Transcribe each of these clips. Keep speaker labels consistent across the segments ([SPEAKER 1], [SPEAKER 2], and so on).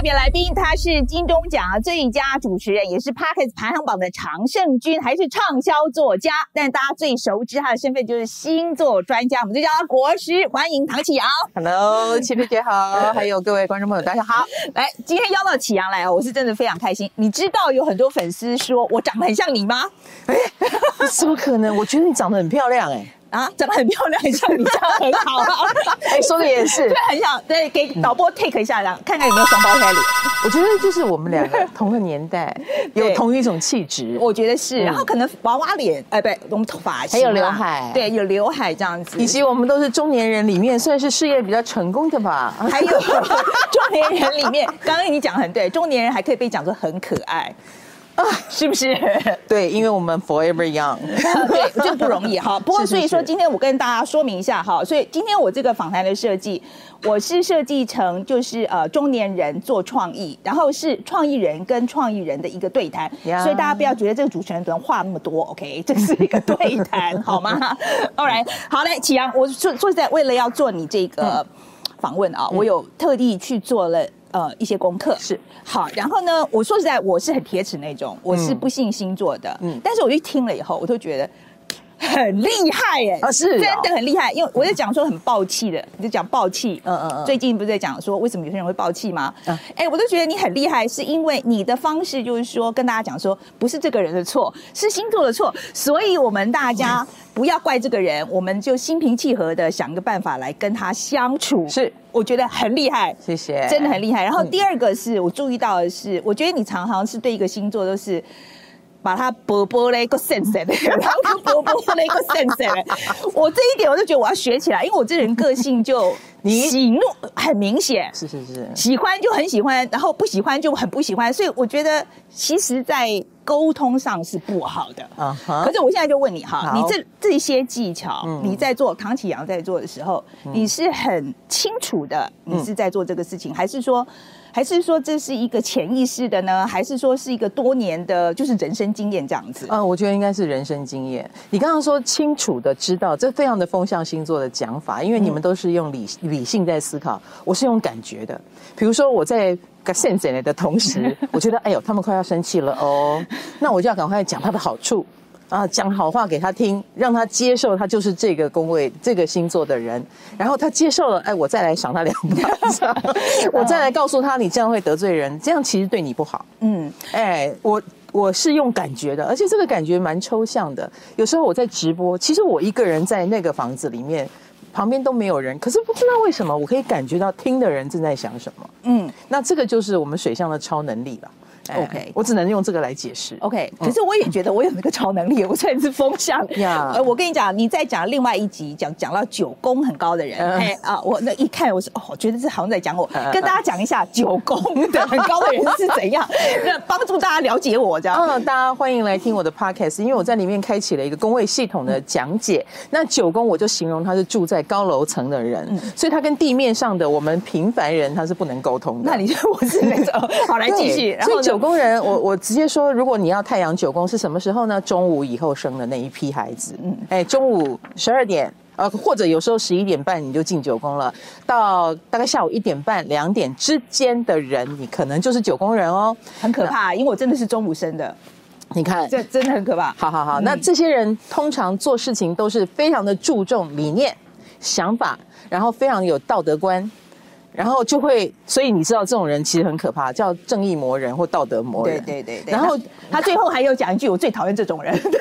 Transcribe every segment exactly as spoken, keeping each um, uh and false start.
[SPEAKER 1] 别来宾，他是金钟奖最佳主持人，也是 Podcast 排行榜的常胜军，还是畅销作家。但大家最熟知他的身份就是星座专家，我们就叫他国师。欢迎唐启阳。
[SPEAKER 2] Hello， 齐飞姐好，还有各位观众朋友，大家好。
[SPEAKER 1] 来，今天邀到启阳来，我是真的非常开心。你知道有很多粉丝说我长得很像你吗？
[SPEAKER 2] 哎，怎么可能？我觉得你长得很漂亮哎、欸。
[SPEAKER 1] 啊，长得很漂亮，很像你，这样很好啊！
[SPEAKER 2] 哎，说的也是，
[SPEAKER 1] 对，很像。对，给导播 take 一下，这样看看有没有双胞胎脸。
[SPEAKER 2] 我觉得就是我们两个同个年代，有同一种气质，
[SPEAKER 1] 我觉得是。然后可能娃娃脸，哎，不对，我们头发
[SPEAKER 2] 还有刘海，
[SPEAKER 1] 对，有刘海这样子。
[SPEAKER 2] 以及我们都是中年人里面算是事业比较成功的吧。
[SPEAKER 1] 还有中年人里面，刚刚你讲很对，中年人还可以被讲作很可爱。啊，是不是？
[SPEAKER 2] 对，因为我们 forever young，
[SPEAKER 1] 对，这不容易哈。不过所以说，今天我跟大家说明一下哈。所以今天我这个访谈的设计，我是设计成就是呃中年人做创意，然后是创意人跟创意人的一个对谈。Yeah. 所以大家不要觉得这个主持人不能话那么多 ，OK？ 这是一个对谈，好吗 ？All right， 好嘞，启阳，我说说实在，为了要做你这个访问啊，嗯、我有特地去做了。呃，一些功课
[SPEAKER 2] 是
[SPEAKER 1] 好，然后呢，我说实在，我是很铁齿那种，我是不信星座的，嗯，但是我一听了以后，我都觉得很厉害耶，
[SPEAKER 2] 啊是，
[SPEAKER 1] 真的很厉害，因为我在讲说很暴气的，你就讲暴气，
[SPEAKER 2] 嗯嗯嗯，
[SPEAKER 1] 最近不是在讲说为什么有些人会暴气吗？嗯，哎，我都觉得你很厉害，是因为你的方式就是说跟大家讲说，不是这个人的错，是星座的错，所以我们大家不要怪这个人，我们就心平气和的想一个办法来跟他相处，
[SPEAKER 2] 是。
[SPEAKER 1] 我觉得很厉害，
[SPEAKER 2] 谢谢，
[SPEAKER 1] 真的很厉害。然后第二个是、嗯、我注意到的是，我觉得你常常是对一个星座都是把它波波了一个 sense 的，然后波波了一个 sense 的。我这一点我就觉得我要学起来，因为我这人个性就喜怒很明显，
[SPEAKER 2] 是是是，
[SPEAKER 1] 喜欢就很喜欢，然后不喜欢就很不喜欢，所以我觉得其实，在沟通上是不好的。Uh huh. 可是我现在就问你哈，你这这些技巧，嗯、你在做唐启阳在做的时候，嗯、你是很清楚的，你是在做这个事情，嗯、还是说，还是说这是一个潜意识的呢？还是说是一个多年的，就是人生经验这样子？
[SPEAKER 2] 呃，我觉得应该是人生经验。你刚刚说清楚的知道，这非常的风象星座的讲法，因为你们都是用理理性在思考，我是用感觉的。比如说我在sense 的同时，我觉得哎呦，他们快要生气了哦，那我就要赶快讲他的好处啊，讲好话给他听，让他接受他就是这个宫位、这个星座的人。然后他接受了，哎，我再来赏他两巴掌，我再来告诉他，你这样会得罪人，这样其实对你不好。嗯，哎，我。我是用感觉的，而且这个感觉蛮抽象的。有时候我在直播，其实我一个人在那个房子里面，旁边都没有人，可是不知道为什么，我可以感觉到听的人正在想什么。嗯，那这个就是我们水象的超能力了。OK， 我只能用这个来解释。
[SPEAKER 1] OK， 可是我也觉得我有那个超能力，我算是风象。呀，呃，我跟你讲，你在讲另外一集，讲讲到九宫很高的人，哎、uh, 啊，我那一看，我说哦，我觉得这好像在讲我， uh, 跟大家讲一下九宫的很高的人是怎样，那帮助大家了解我这样。
[SPEAKER 2] 嗯，大家欢迎来听我的 podcast， 因为我在里面开启了一个宫位系统的讲解。那九宫我就形容他是住在高楼层的人，嗯、所以他跟地面上的我们平凡人他是不能沟通的。
[SPEAKER 1] 那你说我是那种，好来继续。
[SPEAKER 2] 所以九宫人，我我直接说，如果你要太阳九宫是什么时候呢？中午以后生的那一批孩子，嗯，哎，中午十二点，呃，或者有时候十一点半你就进九宫了，到大概下午一点半、两点之间的人，你可能就是九宫人哦，
[SPEAKER 1] 很可怕，因为我真的是中午生的。
[SPEAKER 2] 你看，
[SPEAKER 1] 这真的很可怕。
[SPEAKER 2] 好好好，嗯、那这些人通常做事情都是非常的注重理念、想法，然后非常有道德观。然后就会，所以你知道这种人其实很可怕，叫正义魔人或道德魔人。
[SPEAKER 1] 对对对对。
[SPEAKER 2] 然后
[SPEAKER 1] 他最后还有讲一句，我最讨厌这种人。不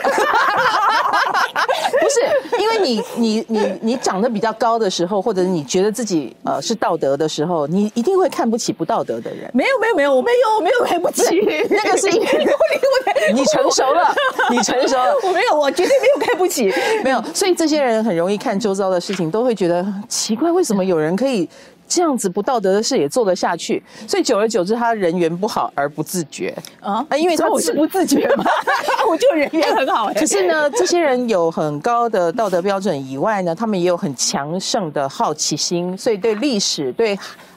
[SPEAKER 2] 是，因为你你你你长得比较高的时候，或者你觉得自己呃是道德的时候，你一定会看不起不道德的人。
[SPEAKER 1] 没有没有没有，我没有我没有看不起，
[SPEAKER 2] 那个是因为你成熟了，你成熟了。
[SPEAKER 1] 我没有，我绝对没有看不起，
[SPEAKER 2] 没有。所以这些人很容易看周遭的事情，都会觉得奇怪，为什么有人可以这样子不道德的事也做得下去？所以久而久之，他人缘不好而不自觉啊，因为他
[SPEAKER 1] 我是不自觉嘛，我就人缘很好、欸。
[SPEAKER 2] 可是呢，这些人有很高的道德标准以外呢，他们也有很强盛的好奇心，所以对历史、对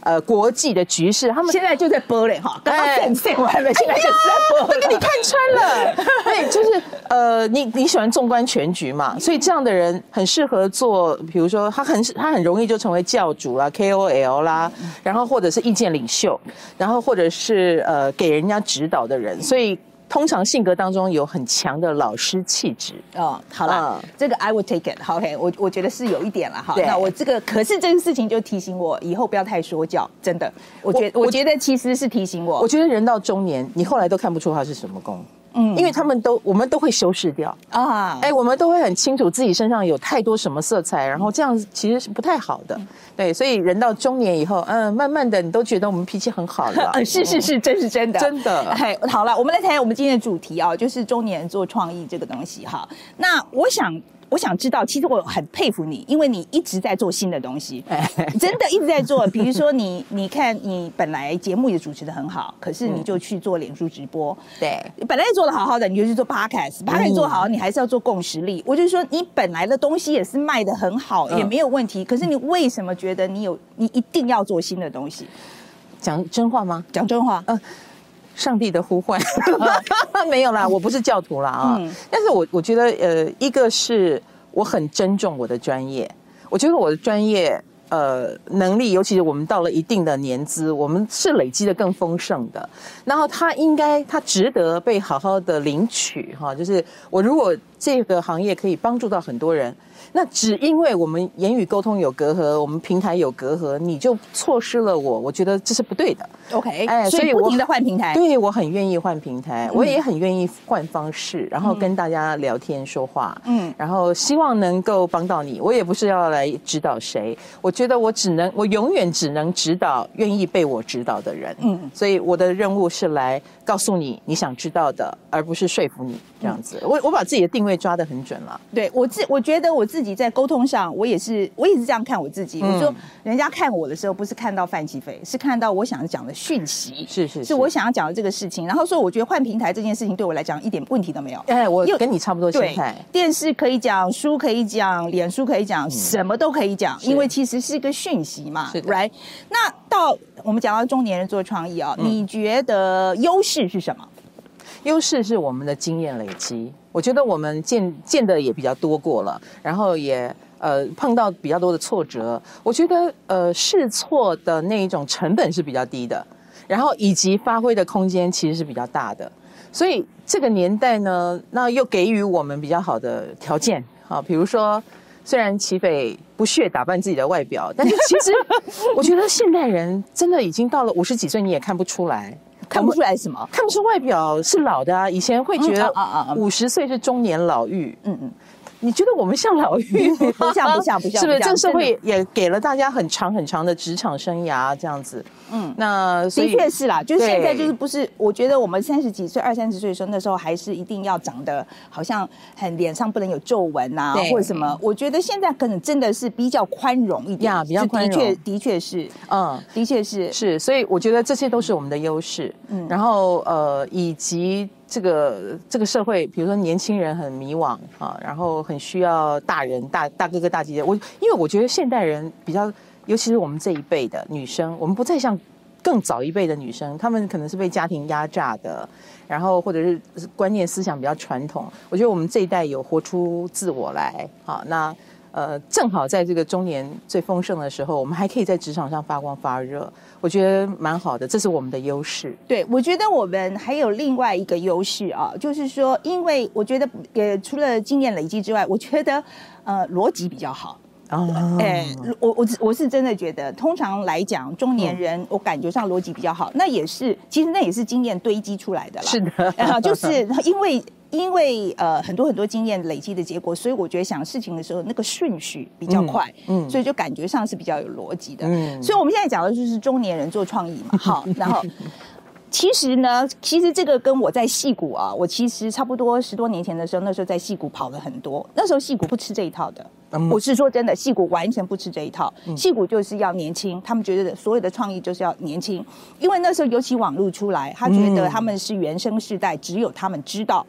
[SPEAKER 2] 呃国际的局势，他们
[SPEAKER 1] 现在就在播嘞哈，刚刚线线完了，现在就是在播，
[SPEAKER 2] 都给你看穿了。对，就是呃，你你喜欢纵观全局嘛，所以这样的人很适合做，比如说他很他很容易就成为教主啦、K O L 啦，然后或者是意见领袖，然后或者是呃给人家指导的人，所以。通常性格当中有很强的老师气质
[SPEAKER 1] 哦，好了，嗯、这个 I would take it， 好 ，OK， 我我觉得是有一点了哈。那我这个可是这个事情就提醒我以后不要太说教，真的，我觉我, 我觉得其实是提醒我，
[SPEAKER 2] 我觉得人到中年，你后来都看不出他是什么宫。嗯，因为他们都我们都会修饰掉啊，哎，我们都会很清楚自己身上有太多什么色彩，然后这样其实是不太好的。对，所以人到中年以后，嗯，慢慢的你都觉得我们脾气很好了。
[SPEAKER 1] 嗯，是是是，真是真的，
[SPEAKER 2] 真的。
[SPEAKER 1] 哎，好了，我们来谈我们今天的主题啊，就是中年人做创意这个东西哈。那我想。我想知道，其实我很佩服你，因为你一直在做新的东西，真的一直在做。比如说你，你看你本来节目也主持得很好，可是你就去做脸书直播，
[SPEAKER 2] 对，
[SPEAKER 1] 本来也做得好好的，你就去做 podcast，podcast 做好，你还是要做共识力。我就说，你本来的东西也是卖得很好，也没有问题，可是你为什么觉得你有，你一定要做新的东西？
[SPEAKER 2] 讲真话吗？
[SPEAKER 1] 讲真话，嗯。
[SPEAKER 2] 上帝的呼唤没有啦，我不是教徒啦啊、嗯，但是我我觉得呃，一个是我很珍重我的专业，我觉得我的专业呃能力，尤其是我们到了一定的年资，我们是累积的更丰盛的，然后它应该它值得被好好的领取哈，就是我如果这个行业可以帮助到很多人。那只因为我们言语沟通有隔阂，我们平台有隔阂，你就错失了我，我觉得这是不对的。
[SPEAKER 1] OK， 哎，所以不停的换平台。
[SPEAKER 2] 对，我很愿意换平台，我也很愿意换方式，然后跟大家聊天说话，嗯，然后希望能够帮到你。我也不是要来指导谁，我觉得我只能，我永远只能指导愿意被我指导的人。嗯，所以我的任务是来告诉你你想知道的，而不是说服你这样子。我我把自己的定位抓得很准了。
[SPEAKER 1] 对我自我觉得我自己。自己在沟通上，我也是，我也是这样看我自己。我说，人家看我的时候，不是看到范琪斐，是看到我想讲的讯息，
[SPEAKER 2] 是是，
[SPEAKER 1] 是我想要讲的这个事情。然后说，我觉得换平台这件事情对我来讲一点问题都没有。
[SPEAKER 2] 哎，我跟你差不多心态。
[SPEAKER 1] 电视可以讲，书可以讲，脸书可以讲，什么都可以讲，因为其实是个讯息嘛。
[SPEAKER 2] 是
[SPEAKER 1] ，right？ 那到我们讲到中年人做创意啊，你觉得优势是什么？
[SPEAKER 2] 优势是我们的经验累积。我觉得我们见见的也比较多过了，然后也呃碰到比较多的挫折。我觉得呃试错的那一种成本是比较低的，然后以及发挥的空间其实是比较大的。所以这个年代呢，那又给予我们比较好的条件啊，比如说。虽然齐斐不屑打扮自己的外表，但是其实我觉得现代人真的已经到了五十几岁，你也看不出来。
[SPEAKER 1] 看不出来什么？
[SPEAKER 2] 看不出外表是老的啊！以前会觉得五十岁是中年老妪，嗯嗯，你觉得我们像老妪吗？
[SPEAKER 1] 不像不像不像，
[SPEAKER 2] 是不是？这个社会也给了大家很长很长的职场生涯，这样子，嗯，那的
[SPEAKER 1] 确是啦，就是现在就是不是？我觉得我们三十几岁、二三十岁的时候，那时候还是一定要长得好像很脸上不能有皱纹啊，或者什么。我觉得现在可能真的是比较宽容一点，
[SPEAKER 2] 比较宽容，
[SPEAKER 1] 的确的确是，嗯，的确是
[SPEAKER 2] 是，所以我觉得这些都是我们的优势。嗯，然后呃，以及这个这个社会，比如说年轻人很迷惘啊，然后很需要大人、大大哥哥、大姐姐。我因为我觉得现代人比较，尤其是我们这一辈的女生，我们不再像更早一辈的女生，她们可能是被家庭压榨的，然后或者是观念思想比较传统。我觉得我们这一代有活出自我来，好那。呃，正好在这个中年最丰盛的时候，我们还可以在职场上发光发热，我觉得蛮好的，这是我们的优势。
[SPEAKER 1] 对，我觉得我们还有另外一个优势啊，就是说，因为我觉得呃，除了经验累积之外，我觉得呃逻辑比较好。哦，哎，我我我是真的觉得，通常来讲，中年人、嗯、我感觉上逻辑比较好，那也是其实那也是经验堆积出来的啦。
[SPEAKER 2] 是的，
[SPEAKER 1] 啊，就是因为。因为呃很多很多经验累积的结果，所以我觉得想事情的时候那个顺序比较快，嗯，嗯所以就感觉上是比较有逻辑的。嗯，所以我们现在讲的就是中年人做创意嘛，好，然后其实呢，其实这个跟我在矽谷啊，我其实差不多十多年前的时候，那时候在矽谷跑了很多，那时候矽谷不吃这一套的。嗯、我是说真的，矽谷完全不吃这一套，矽谷就是要年轻，他们觉得所有的创意就是要年轻，因为那时候尤其网络出来，他觉得他们是原生世代，只有他们知道。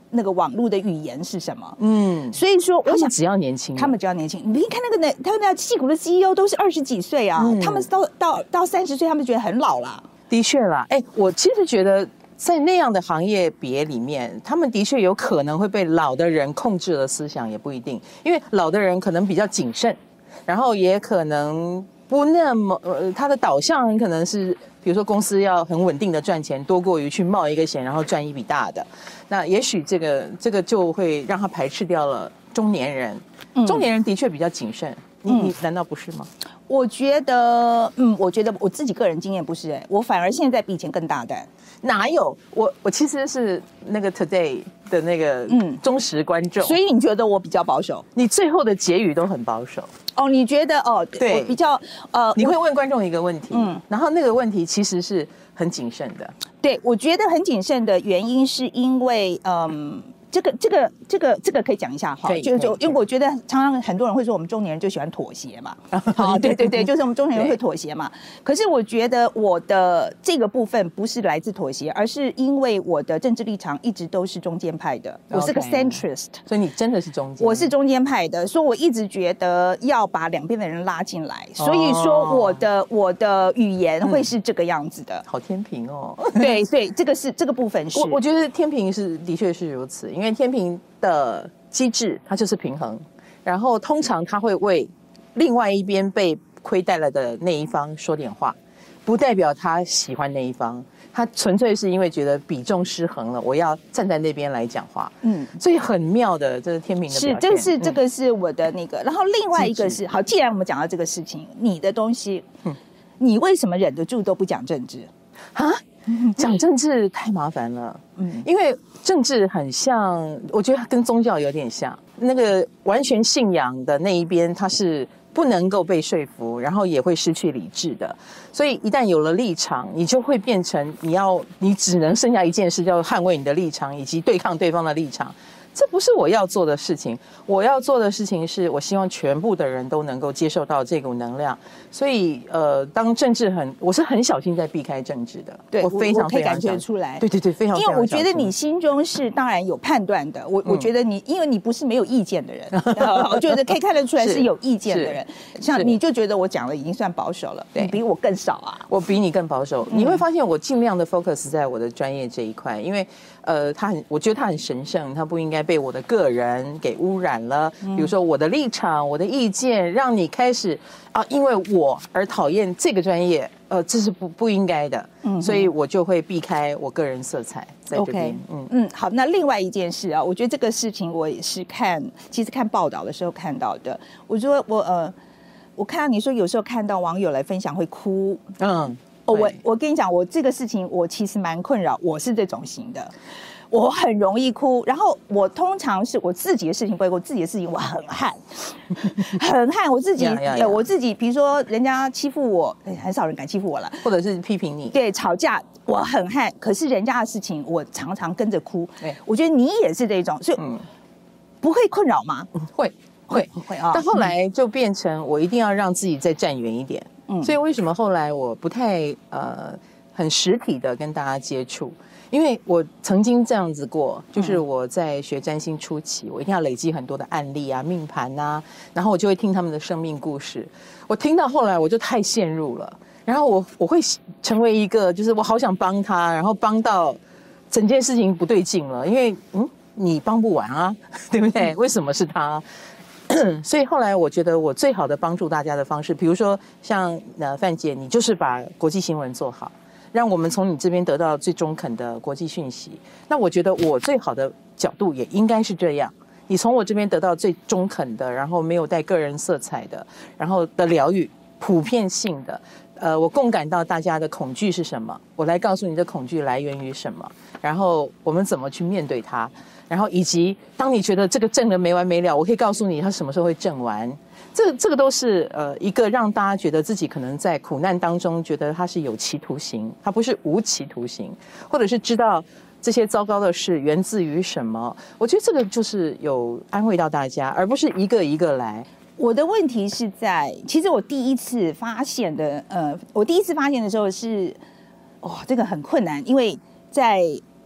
[SPEAKER 1] 那个网络的语言是什么。嗯，所以说我想
[SPEAKER 2] 只要年轻，
[SPEAKER 1] 他们只要年轻，你看那个那他们那矽谷的 C E O 都是二十几岁啊，嗯、他们到到到三十岁，他们觉得很老了。
[SPEAKER 2] 的确啦，哎、欸，我其实觉得在那样的行业别里面，他们的确有可能会被老的人控制了思想，也不一定，因为老的人可能比较谨慎，然后也可能不那么呃，他的导向很可能是，比如说公司要很稳定的赚钱，多过于去冒一个险，然后赚一笔大的。那也许这个这个就会让他排斥掉了中年人。嗯、中年人的确比较谨慎，你你难道不是吗？
[SPEAKER 1] 我觉得，嗯，我觉得我自己个人经验不是、欸，哎，我反而现在比以前更大胆。
[SPEAKER 2] 哪有？我我其实是那个 Today 的那个嗯忠实观众，
[SPEAKER 1] 所以你觉得我比较保守？
[SPEAKER 2] 你最后的结语都很保守
[SPEAKER 1] 哦？你觉得哦？
[SPEAKER 2] 对，
[SPEAKER 1] 我比较呃，
[SPEAKER 2] 你会问观众一个问题，嗯，然后那个问题其实是很谨慎的。
[SPEAKER 1] 对，我觉得很谨慎的原因是因为，嗯。这个这个这个这个可以讲一下哈，就就因为我觉得常常很多人会说我们中年人就喜欢妥协嘛，好，对对对，就是我们中年人会妥协嘛。可是我觉得我的这个部分不是来自妥协，而是因为我的政治立场一直都是中间派的，我是个 centrist，
[SPEAKER 2] 所以你真的是中间，
[SPEAKER 1] 我是中间派的，所以我一直觉得要把两边的人拉进来，所以说我的我的语言会是这个样子的。
[SPEAKER 2] 好天平哦，
[SPEAKER 1] 对对，这个是这个部分是，
[SPEAKER 2] 我我觉得天平是的确是如此。因为天平的机制它就是平衡，然后通常它会为另外一边被亏待了的那一方说点话，不代表他喜欢那一方，他纯粹是因为觉得比重失衡了，我要站在那边来讲话。嗯，所以很妙的，这是天平的表现。
[SPEAKER 1] 是，这是这个是我的那个，然后另外一个是好，既然我们讲到这个事情，你的东西，嗯，你为什么忍得住都不讲政治
[SPEAKER 2] 啊？讲政治太麻烦了，嗯，因为政治很像，我觉得跟宗教有点像，那个完全信仰的那一边，它是不能够被说服，然后也会失去理智的，所以一旦有了立场，你就会变成你要，你只能剩下一件事，叫捍卫你的立场以及对抗对方的立场。这不是我要做的事情，我要做的事情是我希望全部的人都能够接受到这股能量。所以呃，当政治很，我是很小心在避开政治的。
[SPEAKER 1] 对，
[SPEAKER 2] 我非常
[SPEAKER 1] 可以感觉出来。
[SPEAKER 2] 对对对，非常非常。
[SPEAKER 1] 因为我觉得你心中是当然有判断的。我、嗯、我觉得你，因为你不是没有意见的人，我觉得可以看得出来是有意见的人。像你就觉得我讲的已经算保守了，你比我更少啊。
[SPEAKER 2] 我比你更保守。嗯、你会发现我尽量的 focus 在我的专业这一块，因为呃，他很，我觉得他很神圣，他不应该被我的个人给污染了。比如说我的立场、我的意见，让你开始啊，因为我而讨厌这个专业，呃，这是不不应该的。嗯，所以我就会避开我个人色彩在这边。Okay,
[SPEAKER 1] 嗯嗯，好，那另外一件事啊，我觉得这个事情我也是看，其实看报道的时候看到的。我说我呃，我看到你说有时候看到网友来分享会哭，嗯。哦、我我跟你讲，我这个事情我其实蛮困扰，我是这种型的，我很容易哭。然后我通常是我自己的事情不会哭，自己的事情我很悍，很悍。我自己， yeah, yeah, yeah. 我自己，比如说人家欺负我，很少人敢欺负我了，
[SPEAKER 2] 或者是批评你，
[SPEAKER 1] 对，吵架我很悍。可是人家的事情我常常跟着哭。对，我觉得你也是这种，所以、嗯、不会困扰吗？
[SPEAKER 2] 嗯、会会会啊！但后来就变成我一定要让自己再站远一点。嗯，所以为什么后来我不太呃很实体的跟大家接触？因为我曾经这样子过，就是我在学占星初期，我一定要累积很多的案例啊、命盘啊，然后我就会听他们的生命故事。我听到后来我就太陷入了，然后我我会成为一个，就是我好想帮他，然后帮到整件事情不对劲了，因为嗯你帮不完啊，对不对？为什么是他？所以后来我觉得我最好的帮助大家的方式，比如说像呃范姐，你就是把国际新闻做好，让我们从你这边得到最中肯的国际讯息。那我觉得我最好的角度也应该是这样，你从我这边得到最中肯的，然后没有带个人色彩的，然后的疗愈，普遍性的。呃，我共感到大家的恐惧是什么，我来告诉你的恐惧来源于什么，然后我们怎么去面对它。然后以及当你觉得这个挣得没完没了，我可以告诉你它什么时候会挣完。这这个都是呃一个让大家觉得自己可能在苦难当中觉得它是有期徒刑，它不是无期徒刑，或者是知道这些糟糕的事源自于什么。我觉得这个就是有安慰到大家，而不是一个一个来。
[SPEAKER 1] 我的问题是在，其实我第一次发现的，呃，我第一次发现的时候是，哇、哦，这个很困难，因为在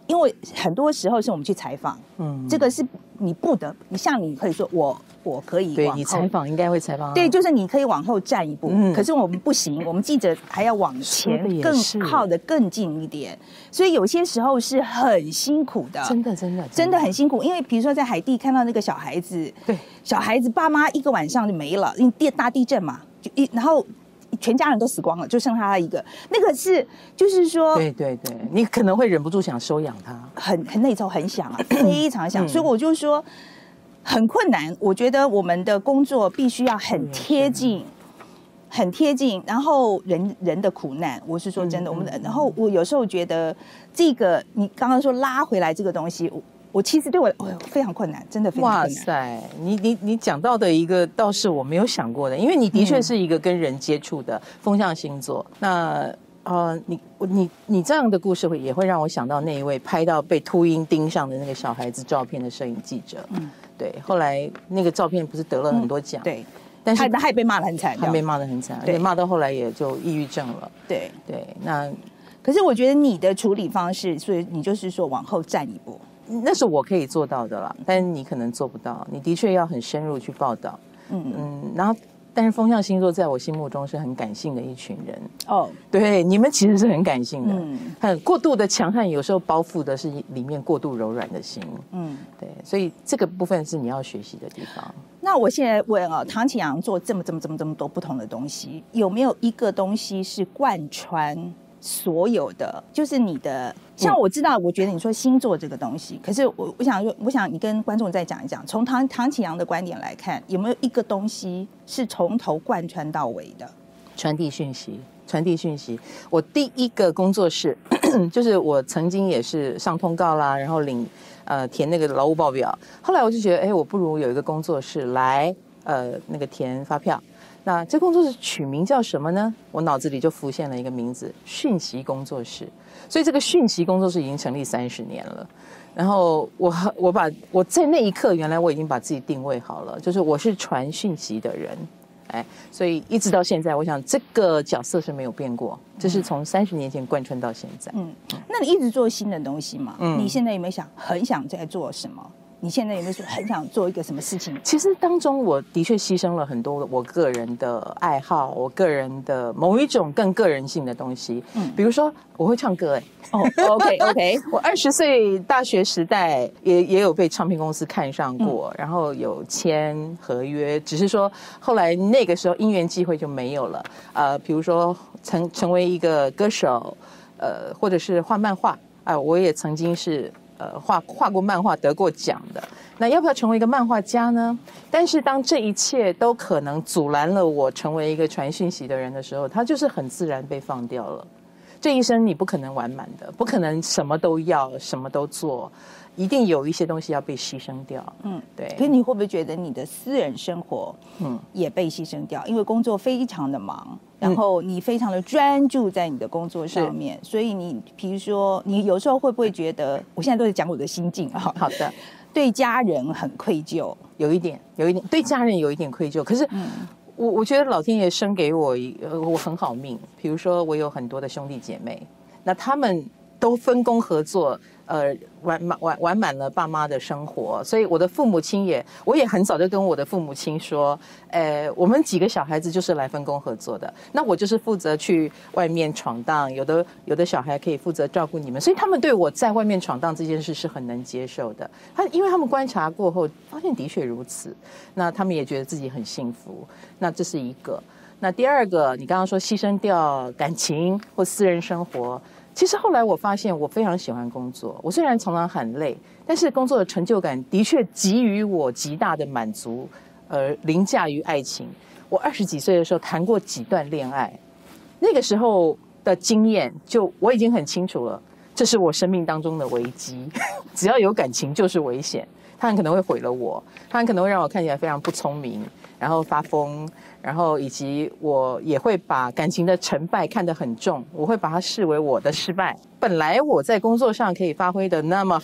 [SPEAKER 1] 因为很多时候是我们去采访，嗯，这个是你不得，你像你可以说我我可以
[SPEAKER 2] 对你采访应该会采访，
[SPEAKER 1] 对，就是你可以往后站一步，嗯，可是我们不行，我们记者还要往前更靠得更近一点，所以有些时候是很辛苦的，
[SPEAKER 2] 真的真的
[SPEAKER 1] 真的很辛苦，因为比如说在海地看到那个小孩子，
[SPEAKER 2] 对，
[SPEAKER 1] 小孩子爸妈一个晚上就没了，因为地大地震嘛，就一然后。全家人都死光了，就剩他一个。那个是，就是说，
[SPEAKER 2] 对对对，你可能会忍不住想收养他，
[SPEAKER 1] 很很那时候很想啊，非常想。嗯、所以我就说很困难。我觉得我们的工作必须要很贴近，很贴近，然后人人的苦难。我是说真的，嗯、我们的。然后我有时候觉得这个，你刚刚说拉回来这个东西。我我其实对我、哦、非常困难，真的非常困难。哇
[SPEAKER 2] 塞，你你你讲到的一个倒是我没有想过的，因为你的确是一个跟人接触的风象星座。嗯、那呃，你你你这样的故事会也会让我想到那一位拍到被秃鹰盯上的那个小孩子照片的摄影记者。嗯，对，后来那个照片不是得了很多奖、嗯？
[SPEAKER 1] 对，
[SPEAKER 2] 但是
[SPEAKER 1] 他还被骂得很惨，
[SPEAKER 2] 他被骂得很惨，而且骂到后来也就抑郁症了。
[SPEAKER 1] 对
[SPEAKER 2] 对，那
[SPEAKER 1] 可是我觉得你的处理方式，所以你就是说往后站一步。
[SPEAKER 2] 那是我可以做到的啦，但是你可能做不到。你的确要很深入去报道，嗯嗯，然后，但是风象星座在我心目中是很感性的一群人哦。对，你们其实是很感性的，嗯，很过度的强悍，有时候包覆的是里面过度柔软的心，嗯，对，所以这个部分是你要学习的地方。
[SPEAKER 1] 那我现在问啊，唐启阳做这么这么这么这么多不同的东西，有没有一个东西是贯穿所有的？就是你的。像我知道，我觉得你说星座这个东西，可是我我想说，我想你跟观众再讲一讲，从唐唐启阳的观点来看，有没有一个东西是从头贯穿到尾的？
[SPEAKER 2] 传递讯息，传递讯息。我第一个工作室，就是我曾经也是上通告啦，然后领呃填那个劳务报表，后来我就觉得，哎，我不如有一个工作室来呃那个填发票。那这工作室取名叫什么呢？我脑子里就浮现了一个名字：讯息工作室。所以这个讯息工作室已经成立三十年了。然后我我把我在那一刻，原来我已经把自己定位好了，就是我是传讯息的人。哎，所以一直到现在，我想这个角色是没有变过，这是从三十年前贯穿到现在。嗯，
[SPEAKER 1] 那你一直做新的东西吗？嗯，你现在有没有想很想在做什么？你现在有没有说很想做一个什么事情？
[SPEAKER 2] 其实当中我的确牺牲了很多我个人的爱好，我个人的某一种更个人性的东西。嗯，比如说我会唱歌、欸，哎，
[SPEAKER 1] 哦 ，OK OK，
[SPEAKER 2] 我二十岁大学时代也也有被唱片公司看上过，嗯、然后有签合约，只是说后来那个时候因缘际会就没有了。呃，比如说成成为一个歌手，呃，或者是画漫画啊、呃，我也曾经是。呃，画画过漫画得过奖的，那要不要成为一个漫画家呢？但是当这一切都可能阻拦了我成为一个传讯息的人的时候，它就是很自然被放掉了。这一生你不可能完满的，不可能什么都要，什么都做，一定有一些东西要被牺牲掉。嗯，对。
[SPEAKER 1] 可是你会不会觉得你的私人生活，嗯，也被牺牲掉？因为工作非常的忙。然后你非常的专注在你的工作上面，所以你比如说你有时候会不会觉得，我现在都在讲我的心境啊？
[SPEAKER 2] 好的，
[SPEAKER 1] 对家人很愧疚，
[SPEAKER 2] 有一点，有一点对家人有一点愧疚。可是，嗯、我我觉得老天爷生给我一呃我很好命，比如说我有很多的兄弟姐妹，那他们都分工合作。呃，完满完完满了爸妈的生活，所以我的父母亲也，我也很早就跟我的父母亲说，呃，我们几个小孩子就是来分工合作的，那我就是负责去外面闯荡，有的有的小孩可以负责照顾你们，所以他们对我在外面闯荡这件事是很能接受的。他因为他们观察过后发现的确如此，那他们也觉得自己很幸福，那这是一个。那第二个，你刚刚说牺牲掉感情或私人生活。其实后来我发现，我非常喜欢工作。我虽然常常很累，但是工作的成就感的确给予我极大的满足，呃，凌驾于爱情。我二十几岁的时候谈过几段恋爱，那个时候的经验就我已经很清楚了，这是我生命当中的危机。只要有感情就是危险，它很可能会毁了我，它很可能会让我看起来非常不聪明，然后发疯。然后以及我也会把感情的成败看得很重，我会把它视为我的失败。本来我在工作上可以发挥的那么好，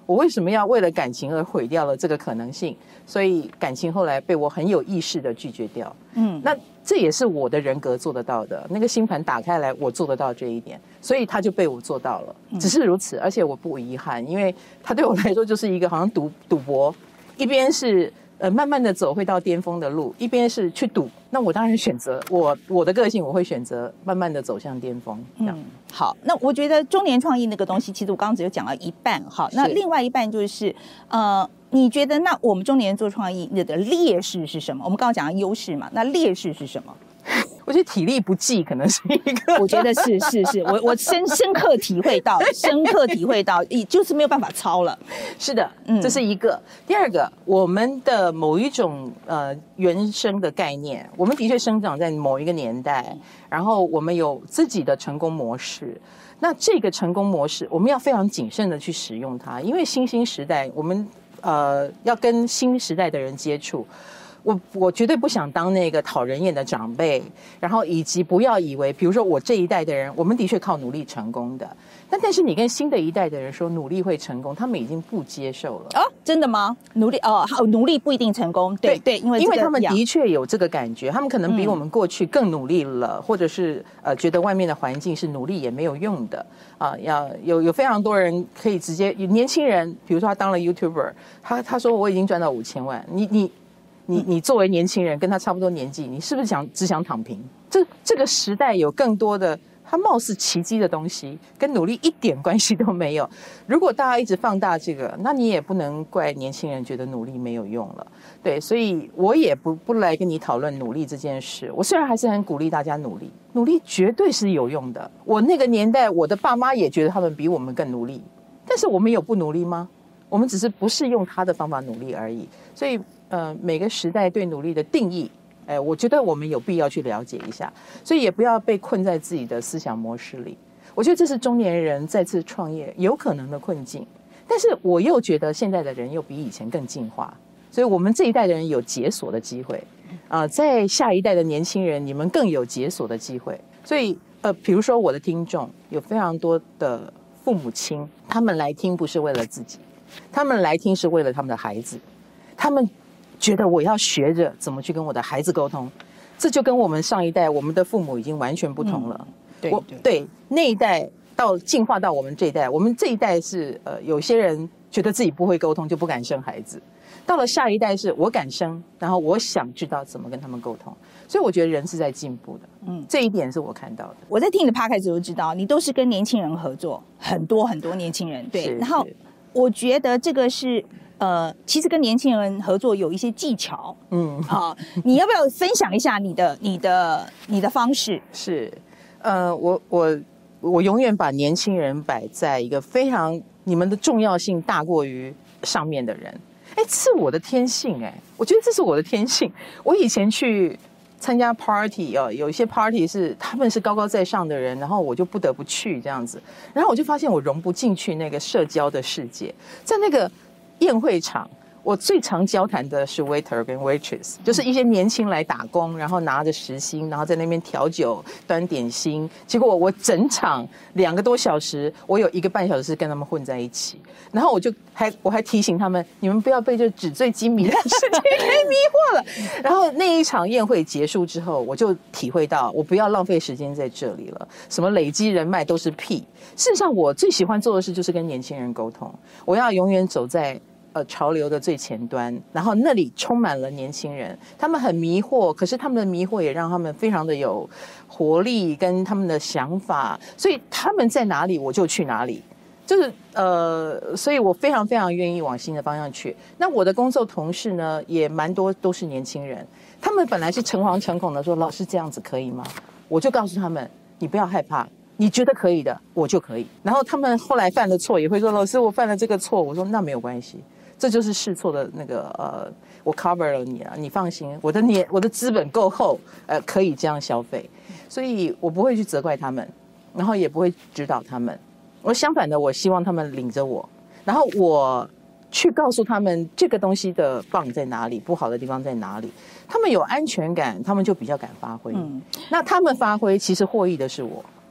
[SPEAKER 2] 我为什么要为了感情而毁掉了这个可能性？所以感情后来被我很有意识的拒绝掉。嗯，那这也是我的人格做得到的。那个星盘打开来，我做得到这一点，所以他就被我做到了。只是如此，而且我不遗憾，因为他对我来说就是一个好像赌赌博，一边是呃慢慢的走会到巅峰的路，一边是去赌。那我当然选择我我的个性，我会选择慢慢的走向巅峰。这样、嗯、
[SPEAKER 1] 好。那我觉得中年创意那个东西，其实我刚刚只有讲了一半哈。那另外一半就是呃，你觉得那我们中年人做创意，你的劣势是什么？我们刚刚讲的优势嘛，那劣势是什么？
[SPEAKER 2] 我觉得体力不济可能是一个，
[SPEAKER 1] 我觉得是是是，我我深深刻体会到，深刻体会到，就是没有办法操了。
[SPEAKER 2] 是的，嗯，这是一个。第二个，我们的某一种呃原生的概念，我们的确生长在某一个年代，然后我们有自己的成功模式。那这个成功模式，我们要非常谨慎的去使用它，因为新兴时代，我们呃要跟新时代的人接触。我我绝对不想当那个讨人厌的长辈，然后以及不要以为，比如说我这一代的人，我们的确靠努力成功的，但但是你跟新的一代的人说努力会成功，他们已经不接受了。
[SPEAKER 1] 哦，真的吗？努力哦，努力不一定成功。对 对, 对，因为、这个、
[SPEAKER 2] 因为他们的确有这个感觉，他们可能比我们过去更努力了，嗯、或者是呃觉得外面的环境是努力也没有用的啊、呃。要有有非常多人可以直接，年轻人，比如说他当了 YouTuber， 他他说我已经赚到五千万，你你。你你作为年轻人跟他差不多年纪，你是不是想只想躺平？这这个时代有更多的它貌似奇迹的东西，跟努力一点关系都没有。如果大家一直放大这个，那你也不能怪年轻人觉得努力没有用了。对，所以我也不不来跟你讨论努力这件事。我虽然还是很鼓励大家努力，努力绝对是有用的。我那个年代，我的爸妈也觉得他们比我们更努力，但是我们有不努力吗？我们只是不是用他的方法努力而已。所以呃，每个时代对努力的定义，哎，我觉得我们有必要去了解一下，所以也不要被困在自己的思想模式里。我觉得这是中年人再次创业有可能的困境，但是我又觉得现在的人又比以前更进化，所以我们这一代的人有解锁的机会啊、呃，在下一代的年轻人，你们更有解锁的机会。所以呃，比如说我的听众有非常多的父母亲，他们来听不是为了自己，他们来听是为了他们的孩子，他们觉得我要学着怎么去跟我的孩子沟通，这就跟我们上一代我们的父母已经完全不同了。嗯、对 对, 对，那一代到进化到我们这一代，我们这一代是呃，有些人觉得自己不会沟通就不敢生孩子，到了下一代是我敢生，然后我想知道怎么跟他们沟通，所以我觉得人是在进步的。嗯，这一点是我看到的。
[SPEAKER 1] 我在听你的 podcast 就知道，你都是跟年轻人合作，很多很多年轻人。对，然后我觉得这个是。呃，其实跟年轻人合作有一些技巧，嗯，好、啊，你要不要分享一下你的、你的、你的方式？
[SPEAKER 2] 是，呃，我我我永远把年轻人摆在一个非常你们的重要性大过于上面的人，哎，这是我的天性，哎，我觉得这是我的天性。我以前去参加 party 啊，有一些 party 是他们是高高在上的人，然后我就不得不去这样子，然后我就发现我融不进去那个社交的世界，在那个。宴会场，我最常交谈的是 waiter 跟 waitress， 就是一些年轻来打工，然后拿着时薪，然后在那边调酒、端点心。结果我整场两个多小时，我有一个半小时是跟他们混在一起，然后我就还我还提醒他们，你们不要被这纸醉金迷的世界给迷惑了。然后那一场宴会结束之后，我就体会到，我不要浪费时间在这里了，什么累积人脉都是屁。事实上，我最喜欢做的事就是跟年轻人沟通，我要永远走在。呃，潮流的最前端，然后那里充满了年轻人，他们很迷惑，可是他们的迷惑也让他们非常的有活力跟他们的想法，所以他们在哪里我就去哪里，就是呃，所以我非常非常愿意往新的方向去。那我的工作同事呢，也蛮多都是年轻人，他们本来是诚惶诚恐的说，老师这样子可以吗？我就告诉他们，你不要害怕。你觉得可以的，我就可以。然后他们后来犯了错，也会说：“老师，我犯了这个错。”我说：“那没有关系，这就是试错的那个呃，我 cover 了你啊，你放心，我的年我的资本够厚，呃，可以这样消费，所以我不会去责怪他们，然后也不会指导他们。我相反的，我希望他们领着我，然后我去告诉他们这个东西的棒在哪里，不好的地方在哪里。他们有安全感，他们就比较敢发挥。嗯，那他们发挥，其实获益的是我。”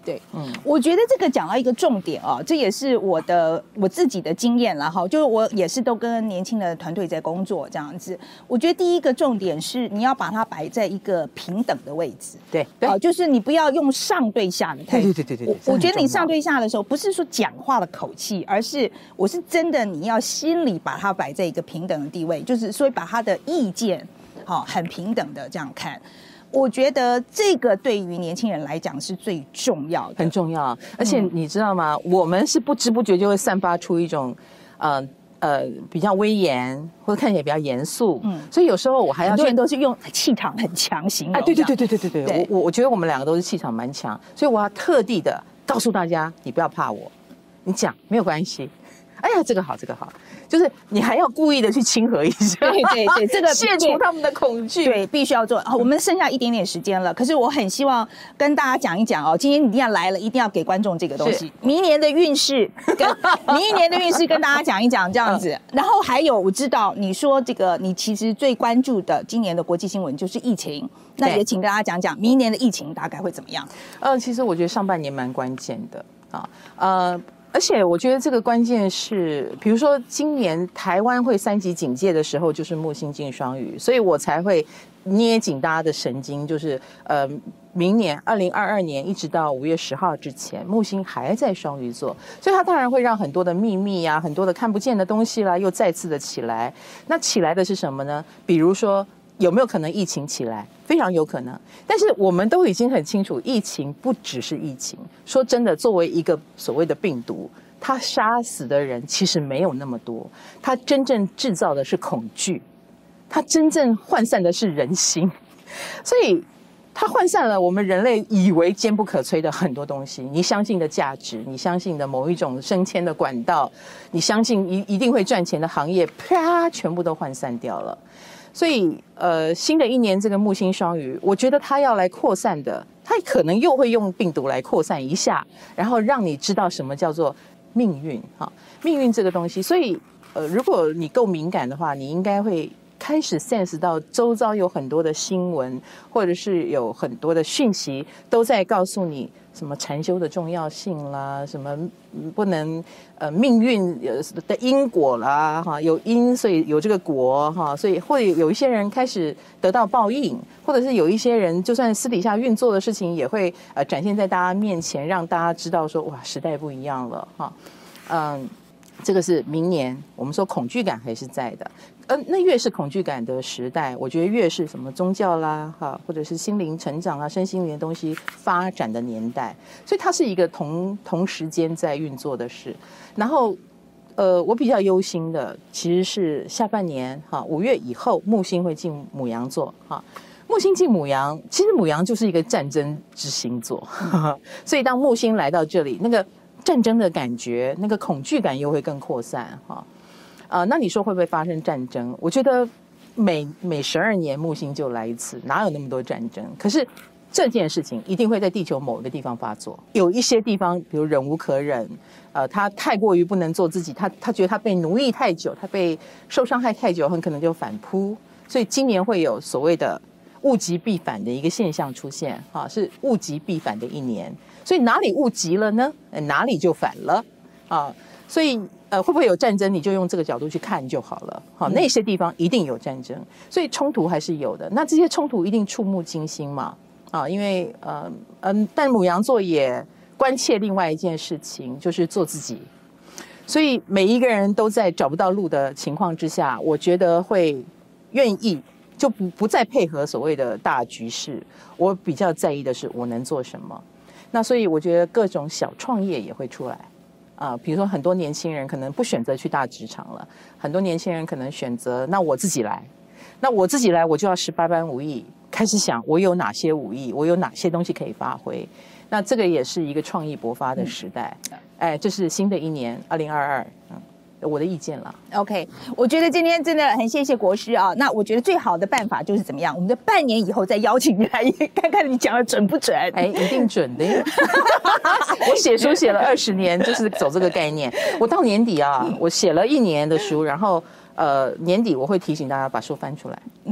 [SPEAKER 1] 对，嗯，我觉得这个讲到一个重点啊，这也是我的我自己的经验啦哈，就是我也是都跟年轻的团队在工作这样子。我觉得第一个重点是你要把它摆在一个平等的位置，
[SPEAKER 2] 对，
[SPEAKER 1] 啊，就是你不要用上对下的态度。
[SPEAKER 2] 对对对对对，
[SPEAKER 1] 我我觉得你上对下的时候，不是说讲话的口气，而是我是真的你要心里把它摆在一个平等的地位，就是所以把他的意见好很平等的这样看。我觉得这个对于年轻人来讲是最重要的，
[SPEAKER 2] 很重要。而且你知道吗？嗯、我们是不知不觉就会散发出一种，呃呃，比较威严或者看起来比较严肃。嗯，所以有时候我还要，
[SPEAKER 1] 很多人都是用气场很强形容。
[SPEAKER 2] 哎，对对对对对对对，我我我觉得我们两个都是气场蛮强，所以我要特地的告诉大家，你不要怕我，你讲没有关系。哎呀，这个好，这个好，就是你还要故意的去亲和一下，
[SPEAKER 1] 对对对，这个
[SPEAKER 2] 卸除他们的恐惧，
[SPEAKER 1] 对，必须要做。我们剩下一点点时间了，可是我很希望跟大家讲一讲哦，今天你一定要来了，一定要给观众这个东西，明年的运势跟明年的运势跟大家讲一讲这样子。嗯、然后还有，我知道你说这个，你其实最关注的今年的国际新闻就是疫情，那也请大家讲讲明年的疫情大概会怎么样？
[SPEAKER 2] 呃，其实我觉得上半年蛮关键的啊，呃。而且我觉得这个关键是，比如说今年台湾会三级警戒的时候，就是木星进双鱼，所以我才会捏紧大家的神经，就是呃，明年二零二二年一直到五月十号之前，木星还在双鱼座，所以它当然会让很多的秘密啊，很多的看不见的东西啦，又再次的起来。那起来的是什么呢？比如说有没有可能疫情起来？非常有可能，但是我们都已经很清楚，疫情不只是疫情。说真的，作为一个所谓的病毒，它杀死的人其实没有那么多，它真正制造的是恐惧，它真正涣散的是人心，所以它涣散了我们人类以为坚不可摧的很多东西。你相信的价值，你相信的某一种升迁的管道，你相信一一定会赚钱的行业，啪，全部都涣散掉了。所以，呃，新的一年这个木星双鱼，我觉得它要来扩散的，它可能又会用病毒来扩散一下，然后让你知道什么叫做命运哈，命运这个东西。所以，呃，如果你够敏感的话，你应该会开始 sense 到周遭有很多的新闻，或者是有很多的讯息都在告诉你什么禅修的重要性啦，什么不能呃命运的因果啦哈，有因所以有这个果哈，所以会有一些人开始得到报应，或者是有一些人就算私底下运作的事情也会呃展现在大家面前，让大家知道说哇时代不一样了哈，嗯。这个是明年，我们说恐惧感还是在的，呃，那越是恐惧感的时代，我觉得越是什么宗教啦，哈，或者是心灵成长啊、身心灵的东西发展的年代，所以它是一个同同时间在运作的事。然后，呃，我比较忧心的其实是下半年，哈，五月以后木星会进牡羊座，哈。木星进牡羊，其实牡羊就是一个战争之星座，所以当木星来到这里，那个战争的感觉，那个恐惧感又会更扩散哈，呃，那你说会不会发生战争？我觉得每每十二年木星就来一次，哪有那么多战争？可是这件事情一定会在地球某一个地方发作，有一些地方，比如忍无可忍，呃，他太过于不能做自己，他他觉得他被奴役太久，他被受伤害太久，很可能就反扑。所以今年会有所谓的物极必反的一个现象出现，哈，是物极必反的一年。所以哪里物极了呢？哪里就反了啊！所以呃，会不会有战争？你就用这个角度去看就好了。好，那些地方一定有战争，所以冲突还是有的。那这些冲突一定触目惊心嘛？啊，因为呃嗯，但牡羊座也关切另外一件事情，就是做自己。所以每一个人都在找不到路的情况之下，我觉得会愿意就不不再配合所谓的大局势。我比较在意的是我能做什么。那所以我觉得各种小创业也会出来啊、呃，比如说很多年轻人可能不选择去大职场了，很多年轻人可能选择那我自己来，那我自己来我就要十八般武艺，开始想我有哪些武艺，我有哪些东西可以发挥，那这个也是一个创意勃发的时代。嗯、哎，这是新的一年二零二二，嗯。我的意见了
[SPEAKER 1] ，OK， 我觉得今天真的很谢谢国师啊。那我觉得最好的办法就是怎么样？我们的半年以后再邀请你来，看看你讲的准不准？
[SPEAKER 2] 哎，一定准的。我写书写了二十年，就是走这个概念。我到年底啊，我写了一年的书，然后呃年底我会提醒大家把书翻出来。嗯，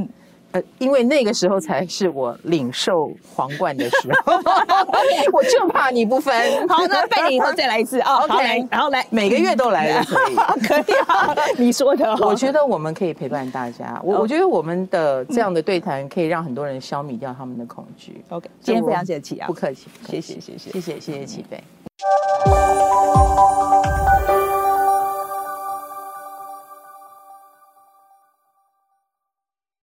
[SPEAKER 2] 呃，因为那个时候才是我领受皇冠的时候，我就怕你不分。
[SPEAKER 1] 好，那拜年以后再来一次啊。好，来，然后来，
[SPEAKER 2] 每个月都来都可以，
[SPEAKER 1] 可以啊。你说的，
[SPEAKER 2] 我觉得我们可以陪伴大家。我我觉得我们的这样的对谈可以让很多人消弭掉他们的恐惧。
[SPEAKER 1] OK， 今天非常谢谢启阳，
[SPEAKER 2] 不客气，
[SPEAKER 1] 谢谢谢谢
[SPEAKER 2] 谢谢谢谢启飞。